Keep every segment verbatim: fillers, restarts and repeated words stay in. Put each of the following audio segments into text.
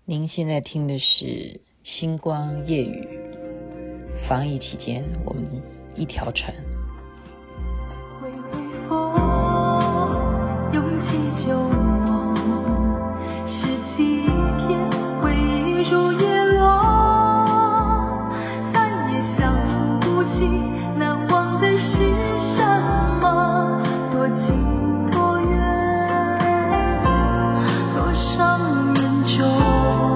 您现在听的是星光夜语，防疫期间我们一条船。 挥挥风，涌起旧梦，拾起一片回忆如叶落，再也想不起难忘的是什么，多近多远，多少年中。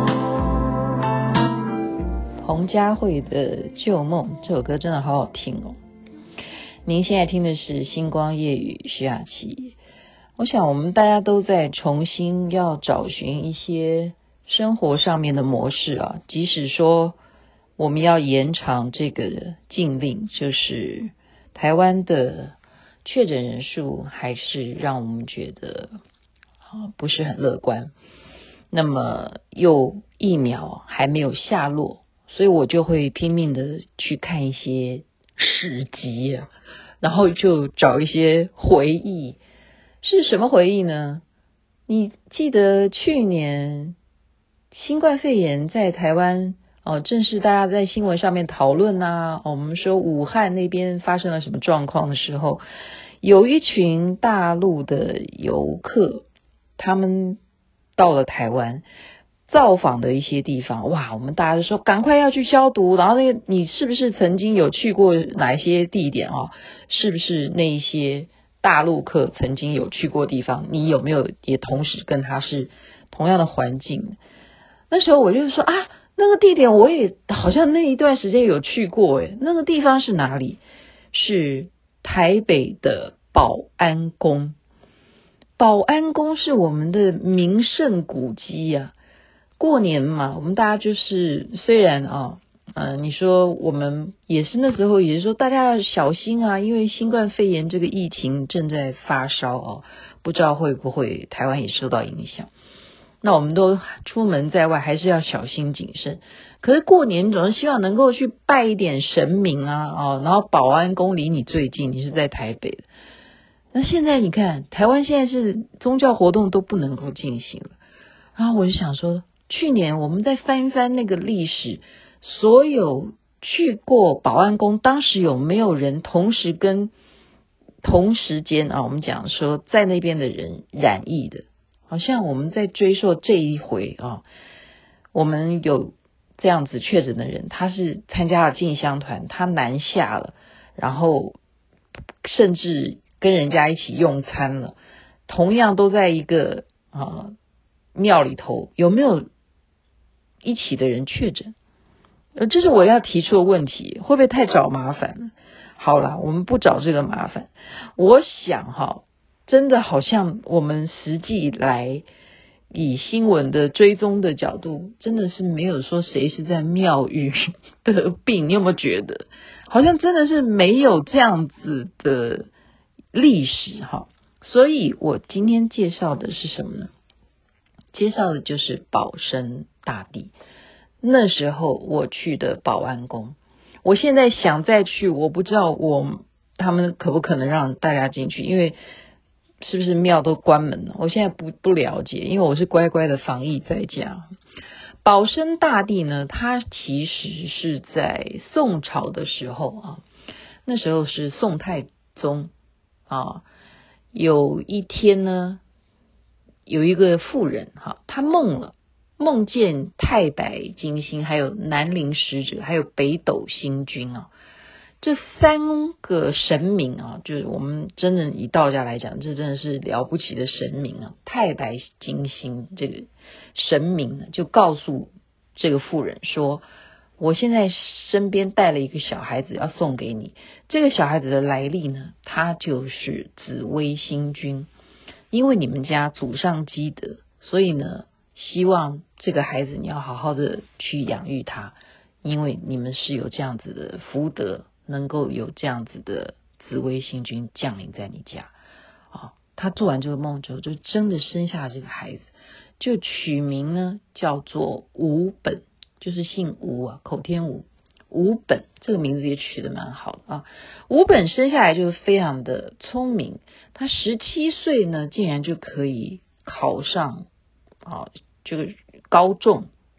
彭佳慧的旧梦这首歌真的好好听哦。您现在听的是星光夜语，徐雅琪。我想我们大家都在重新要找寻一些生活上面的模式啊，即使说我们要延长这个禁令，就是台湾的确诊人数还是让我们觉得啊不是很乐观，那么又疫苗还没有下落，所以我就会拼命的去看一些史籍啊，然后就找一些回忆。是什么回忆呢？你记得去年新冠肺炎在台湾哦，正是大家在新闻上面讨论啊、哦，我们说武汉那边发生了什么状况的时候，有一群大陆的游客，他们到了台湾造访的一些地方，哇，我们大家就说赶快要去消毒，然后那个你是不是曾经有去过哪一些地点啊？是不是那一些大陆客曾经有去过地方，你有没有也同时跟他是同样的环境？那时候我就说啊，那个地点我也好像那一段时间有去过诶，那个地方是哪里？是台北的保安宫。保安宫是我们的名胜古迹啊，过年嘛，我们大家就是虽然啊，嗯、呃，你说我们也是那时候也是说大家要小心啊，因为新冠肺炎这个疫情正在发烧哦，不知道会不会台湾也受到影响。那我们都出门在外还是要小心谨慎。可是过年总是希望能够去拜一点神明啊，哦，然后保安宫离你最近，你是在台北的。那现在你看，台湾现在是宗教活动都不能够进行了。然后我就想说，去年我们再翻一翻那个历史，所有去过保安宫，当时有没有人同时跟同时间啊，我们讲说在那边的人染疫的？好像我们在追溯这一回啊，我们有这样子确诊的人，他是参加了进香团，他南下了，然后甚至跟人家一起用餐了，同样都在一个啊庙里头，有没有一起的人确诊？呃，这是我要提出的问题，会不会太找麻烦了？好啦，我们不找这个麻烦。我想哈，真的好像我们实际来以新闻的追踪的角度，真的是没有说谁是在庙宇得病。你有没有觉得，好像真的是没有这样子的历史哈？所以我今天介绍的是什么呢？介绍的就是保生大帝。那时候我去的保安宫，我现在想再去，我不知道我他们可不可能让大家进去，因为是不是庙都关门了？我现在不不了解，因为我是乖乖的防疫在家。保生大帝呢，他其实是在宋朝的时候啊，那时候是宋太宗啊，有一天呢，有一个妇人哈，她梦了。梦见太白金星，还有南陵使者，还有北斗星君啊，这三个神明啊，就是我们真的以道家来讲，这真的是了不起的神明啊。太白金星这个神明呢，就告诉这个妇人说，我现在身边带了一个小孩子要送给你，这个小孩子的来历呢，他就是紫微星君，因为你们家祖上积德，所以呢希望这个孩子你要好好的去养育他，因为你们是有这样子的福德，能够有这样子的紫微星君降临在你家。哦，他做完这个梦之后，就真的生下这个孩子，就取名呢叫做吴本，就是姓吴啊，口天吴。吴本这个名字也取得蛮好的啊。吴本生下来就非常的聪明，他十七岁呢，竟然就可以考上啊这个高中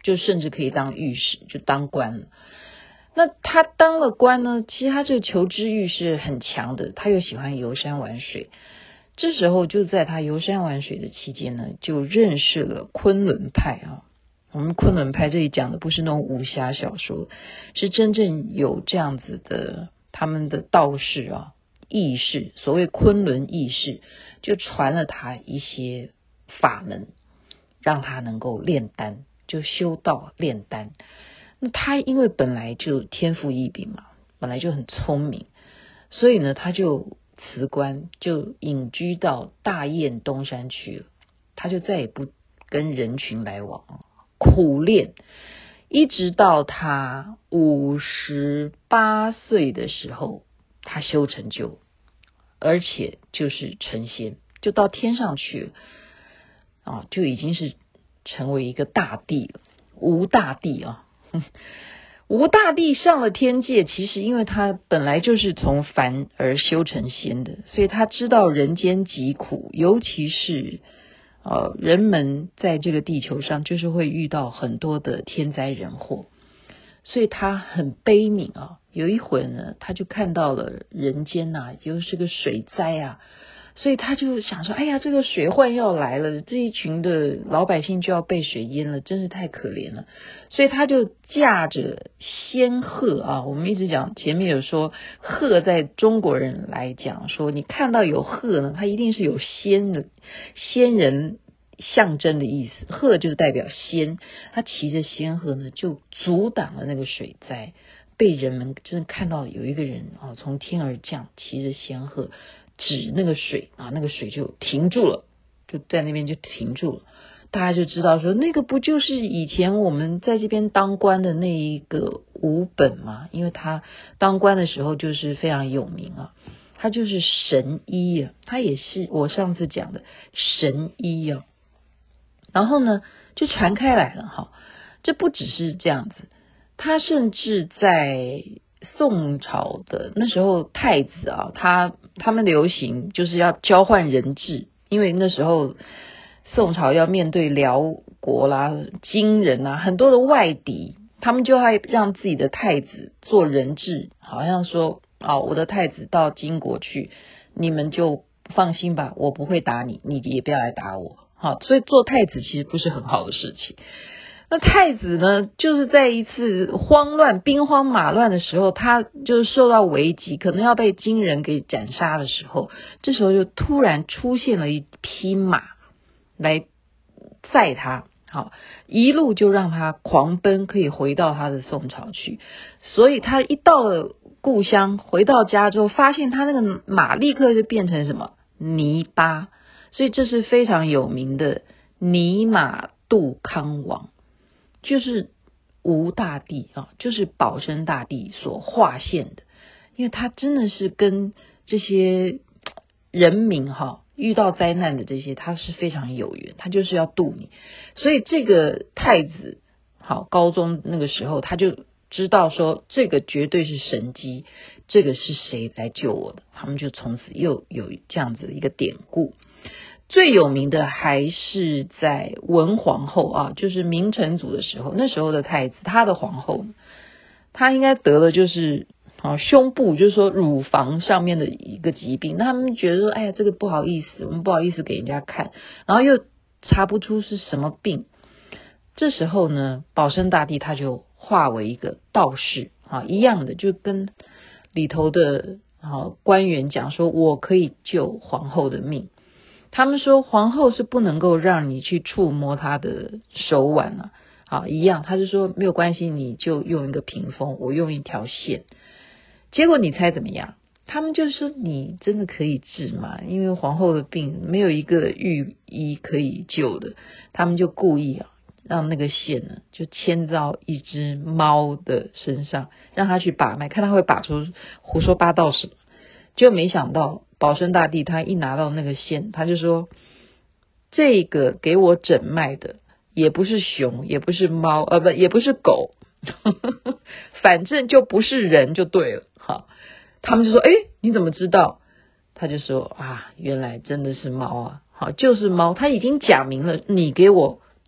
就甚至可以当御史，就当官了。那他当了官呢，其实他这个求知欲是很强的，他又喜欢游山玩水。这时候就在他游山玩水的期间呢，就认识了昆仑派啊。我们昆仑派这里讲的不是那种武侠小说，是真正有这样子的他们的道士啊，义士，所谓昆仑义士，就传了他一些法门，让他能够炼丹，就修道炼丹。那他因为本来就天赋异禀嘛，本来就很聪明，所以呢他就辞官，就隐居到大雁东山去了。他就再也不跟人群来往，苦练，一直到他五十八岁的时候，他修成就，而且就是成仙，就到天上去了啊，就已经是成为一个大帝了，吴大帝啊。吴大帝上了天界，其实因为他本来就是从凡而修成仙的，所以他知道人间疾苦，尤其是呃人们在这个地球上就是会遇到很多的天灾人祸，所以他很悲悯啊。有一回呢，他就看到了人间啊，就是个水灾啊，所以他就想说，哎呀，这个水患要来了，这一群的老百姓就要被水淹了，真是太可怜了。所以他就驾着仙鹤啊，我们一直讲前面有说鹤在中国人来讲说，你看到有鹤呢，它一定是有仙的仙人象征的意思，鹤就是代表仙，他骑着仙鹤呢，就阻挡了那个水灾，被人们真的看到有一个人啊从天而降，骑着仙鹤指那个水啊，那个水就停住了，就在那边就停住了。大家就知道说，那个不就是以前我们在这边当官的那一个吴本吗？因为他当官的时候就是非常有名啊，他就是神医啊，他也是我上次讲的神医啊。然后呢，就传开来了哈。这不只是这样子，他甚至在宋朝的那时候，太子啊，他他们流行就是要交换人质，因为那时候宋朝要面对辽国啦、金人啊，很多的外敌，他们就会让自己的太子做人质，好像说啊、哦，我的太子到金国去，你们就放心吧，我不会打你，你也不要来打我。好，所以做太子其实不是很好的事情。那太子呢，就是在一次慌乱、兵荒马乱的时候，他就是受到危急，可能要被金人给斩杀的时候，这时候就突然出现了一匹马来载他，好，一路就让他狂奔，可以回到他的宋朝去。所以他一到了故乡，回到家之后，发现他那个马立刻就变成什么泥巴，所以这是非常有名的泥马杜康王。就是吴大帝啊，就是保生大帝所划线的，因为他真的是跟这些人民哈遇到灾难的这些，他是非常有缘，他就是要渡你。所以这个太子好，高中那个时候他就知道说，这个绝对是神机，这个是谁来救我的？他们就从此又有这样子的一个典故。最有名的还是在文皇后啊，就是明成祖的时候，那时候的太子，他的皇后，他应该得了就是啊胸部，就是说乳房上面的一个疾病。那他们觉得说，哎呀，这个不好意思，我们不好意思给人家看，然后又查不出是什么病。这时候呢，保生大帝他就化为一个道士啊，一样的，就跟里头的啊官员讲说，我可以救皇后的命。他们说皇后是不能够让你去触摸她的手腕啊，好一样，他就说没有关系，你就用一个屏风，我用一条线。结果你猜怎么样？他们就说你真的可以治吗？因为皇后的病没有一个御医可以救的，他们就故意啊让那个线呢就牵到一只猫的身上，让他去把脉，看他会把出胡说八道什么。就没想到保生大帝他一拿到那个线，他就说这个给我诊脉的也不是熊，也不是猫，呃不也不是狗反正就不是人就对了。好，他们就说诶你怎么知道？他就说啊原来真的是猫啊，好就是猫，他已经讲明了你给我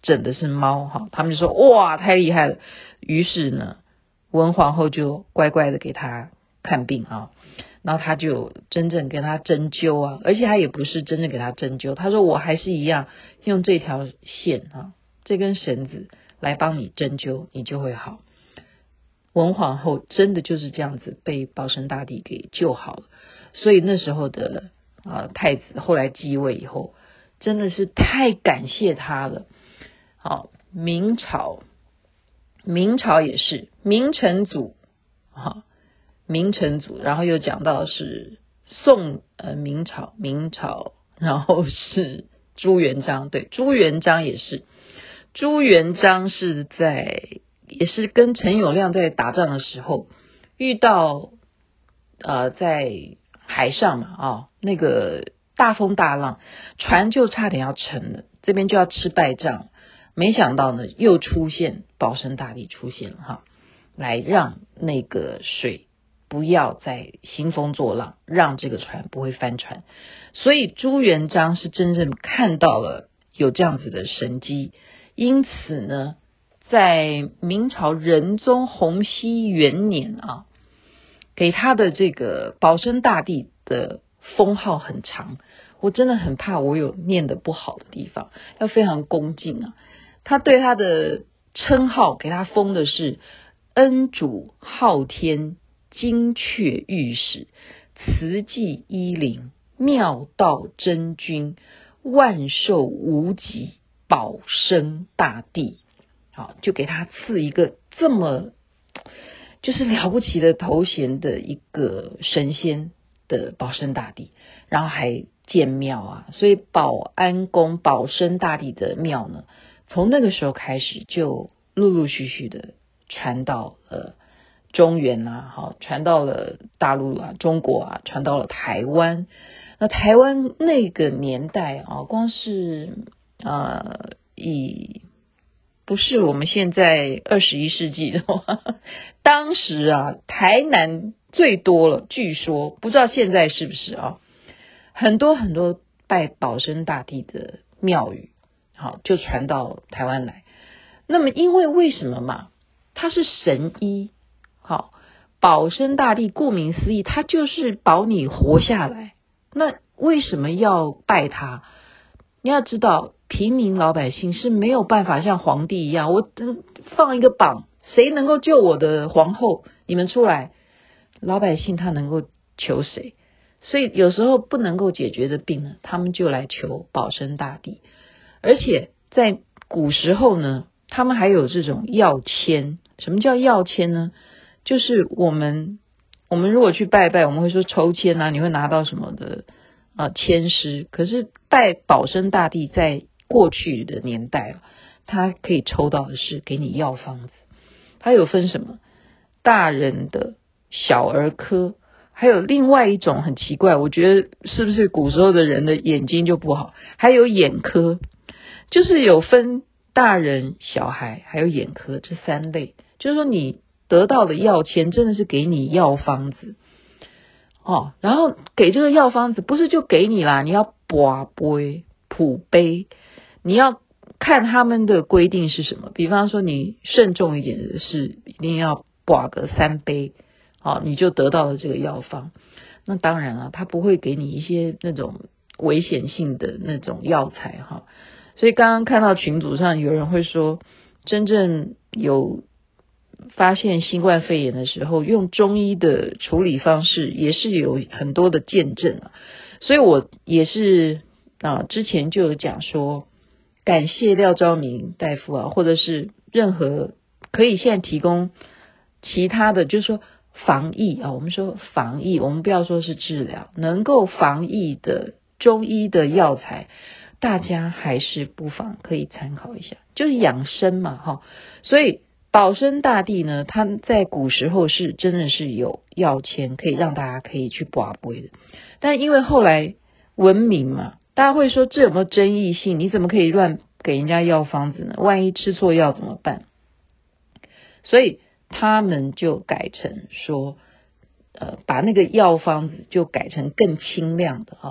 整的是猫哈，他们就说哇太厉害了，于是呢文皇后就乖乖的给他看病啊，然后他就真正跟他针灸啊，而且他也不是真正给他针灸，他说我还是一样用这条线啊，这根绳子来帮你针灸，你就会好。文皇后真的就是这样子被保生大帝给救好了，所以那时候的呃太子后来继位以后，真的是太感谢他了。好，明朝，明朝也是明成祖，好，明成祖，然后又讲到是宋呃明朝，明朝，然后是朱元璋，对，朱元璋也是，朱元璋是在也是跟陈友谅在打仗的时候遇到呃在海上嘛啊、哦、那个大风大浪，船就差点要沉了，这边就要吃败仗，没想到呢又出现保生大帝出现了哈，来让那个水不要再兴风作浪，让这个船不会翻船。所以朱元璋是真正看到了有这样子的神机，因此呢在明朝仁宗洪熙元年啊，给他的这个保生大帝的封号很长，我真的很怕我有念得不好的地方，要非常恭敬啊。他对他的称号给他封的是恩主昊天精确御史慈济医灵妙道真君万寿无极保生大帝，好，就给他赐一个这么就是了不起的头衔的一个神仙的保生大帝，然后还建庙啊，所以保安宫保生大帝的庙呢，从那个时候开始就陆陆续续的传到了中原啊，好，传到了大陆啊，中国啊，传到了台湾。那台湾那个年代啊，光是呃以不是我们现在二十一世纪的话，当时啊台南最多了，据说不知道现在是不是啊，很多很多拜保生大帝的庙宇，好，就传到台湾来。那么因为为什么嘛，他是神医，好，保生大帝顾名思义，他就是保你活下来，那为什么要拜他？你要知道平民老百姓是没有办法像皇帝一样，我放一个榜，谁能够救我的皇后，你们出来，老百姓他能够求谁？所以有时候不能够解决的病呢，他们就来求保生大帝。而且在古时候呢，他们还有这种药签。什么叫药签呢？就是我们我们如果去拜拜，我们会说抽签啊，你会拿到什么的啊签诗。可是拜保生大帝在过去的年代，他可以抽到的是给你药方子。他有分什么大人的、小儿科，还有另外一种很奇怪，我觉得是不是古时候的人的眼睛就不好，还有眼科，就是有分大人、小孩还有眼科这三类，就是说你得到的药签真的是给你药方子哦，然后给这个药方子不是就给你啦，你要跋杯普杯，你要看他们的规定是什么。比方说你慎重一点的是一定要跋个三杯，好，你就得到了这个药方。那当然了，他不会给你一些那种危险性的那种药材哈。所以刚刚看到群组上有人会说，真正有发现新冠肺炎的时候，用中医的处理方式也是有很多的见证啊。所以我也是啊，之前就有讲说，感谢廖昭明大夫啊，或者是任何可以现在提供其他的，就是说防疫啊，我们说防疫，我们不要说是治疗，能够防疫的中医的药材，大家还是不妨可以参考一下，就是养生嘛哈。所以保生大帝呢，他在古时候是真的是有药签可以让大家可以去拔杯的，但因为后来文明嘛，大家会说这有没有争议性？你怎么可以乱给人家药方子呢？万一吃错药怎么办？所以他们就改成说，呃，把那个药方子就改成更清亮的啊，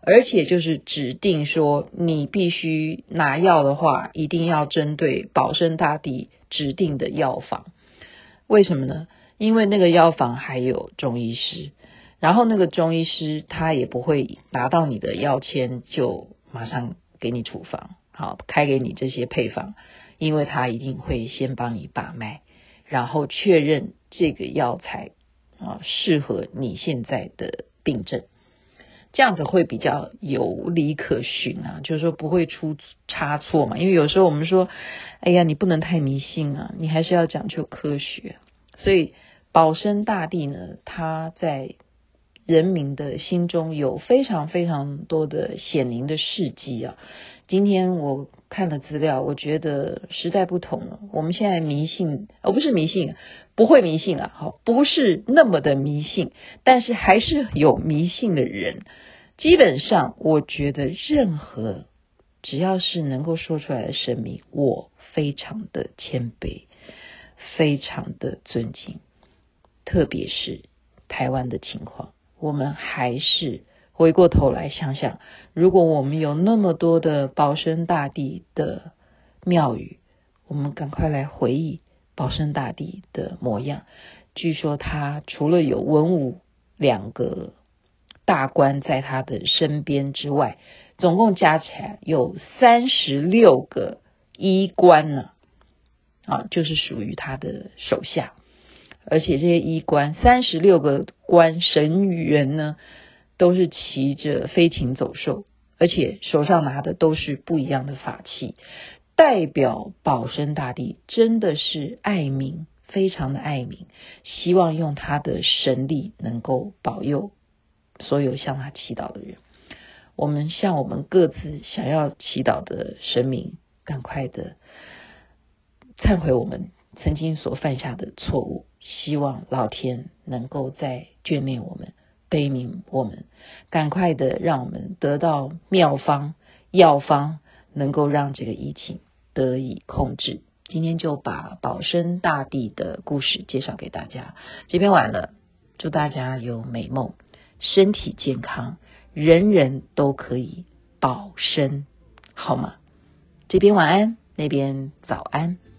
而且就是指定说你必须拿药的话，一定要针对保生大帝指定的药房。为什么呢？因为那个药房还有中医师，然后那个中医师他也不会拿到你的药签就马上给你处方，好，开给你这些配方，因为他一定会先帮你把脉，然后确认这个药材啊适合你现在的病症，这样子会比较有理可循啊，就是说不会出差错嘛。因为有时候我们说，哎呀，你不能太迷信啊，你还是要讲究科学。所以保生大帝呢，他在人民的心中有非常非常多的显灵的事迹啊。今天我看了资料，我觉得时代不同了，我们现在迷信，而、哦、不是迷信，不会迷信啊，好，不是那么的迷信，但是还是有迷信的人。基本上我觉得任何只要是能够说出来的神明，我非常的谦卑，非常的尊敬。特别是台湾的情况，我们还是回过头来想想，如果我们有那么多的保生大帝的庙宇，我们赶快来回忆保生大帝的模样。据说他除了有文武两个大官在他的身边之外，总共加起来有三十六个医官呢，啊，就是属于他的手下。而且这些医官三十六个官神员呢，都是骑着飞禽走兽，而且手上拿的都是不一样的法器，代表保生大帝真的是爱民，非常的爱民，希望用他的神力能够保佑所有向他祈祷的人。我们向我们各自想要祈祷的神明赶快的忏悔我们曾经所犯下的错误，希望老天能够再眷恋我们，悲悯我们，赶快的让我们得到妙方药方，能够让这个疫情得以控制。今天就把保生大帝的故事介绍给大家，这篇完了，祝大家有美梦，身体健康，人人都可以保生，好吗？这边晚安，那边早安。